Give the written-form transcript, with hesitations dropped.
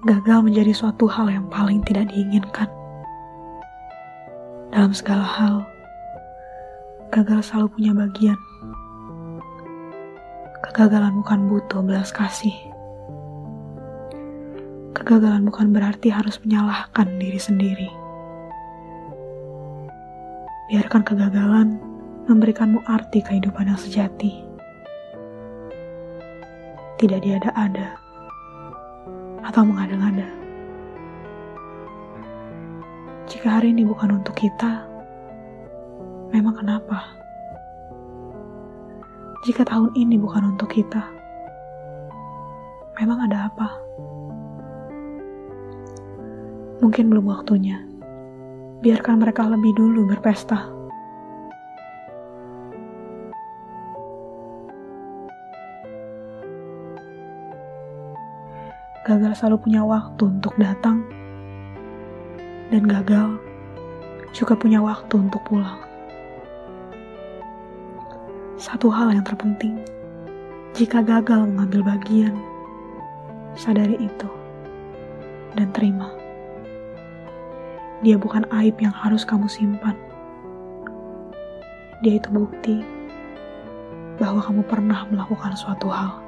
gagal menjadi suatu hal yang paling tidak diinginkan. Dalam segala hal, gagal selalu punya bagian. Kegagalan bukan butuh belas kasih. Kegagalan bukan berarti harus menyalahkan diri sendiri. Biarkan kegagalan memberikanmu arti kehidupan yang sejati. Tidak diada-ada atau mengada-ngada. Jika hari ini bukan untuk kita, memang kenapa? Jika tahun ini bukan untuk kita, memang ada apa? Mungkin belum waktunya. Biarkan mereka lebih dulu berpesta. Gagal selalu punya waktu untuk datang, dan gagal juga punya waktu untuk pulang. Satu hal yang terpenting, jika gagal mengambil bagian, sadari itu dan terima. Dia bukan aib yang harus kamu simpan. Dia itu bukti bahwa kamu pernah melakukan suatu hal.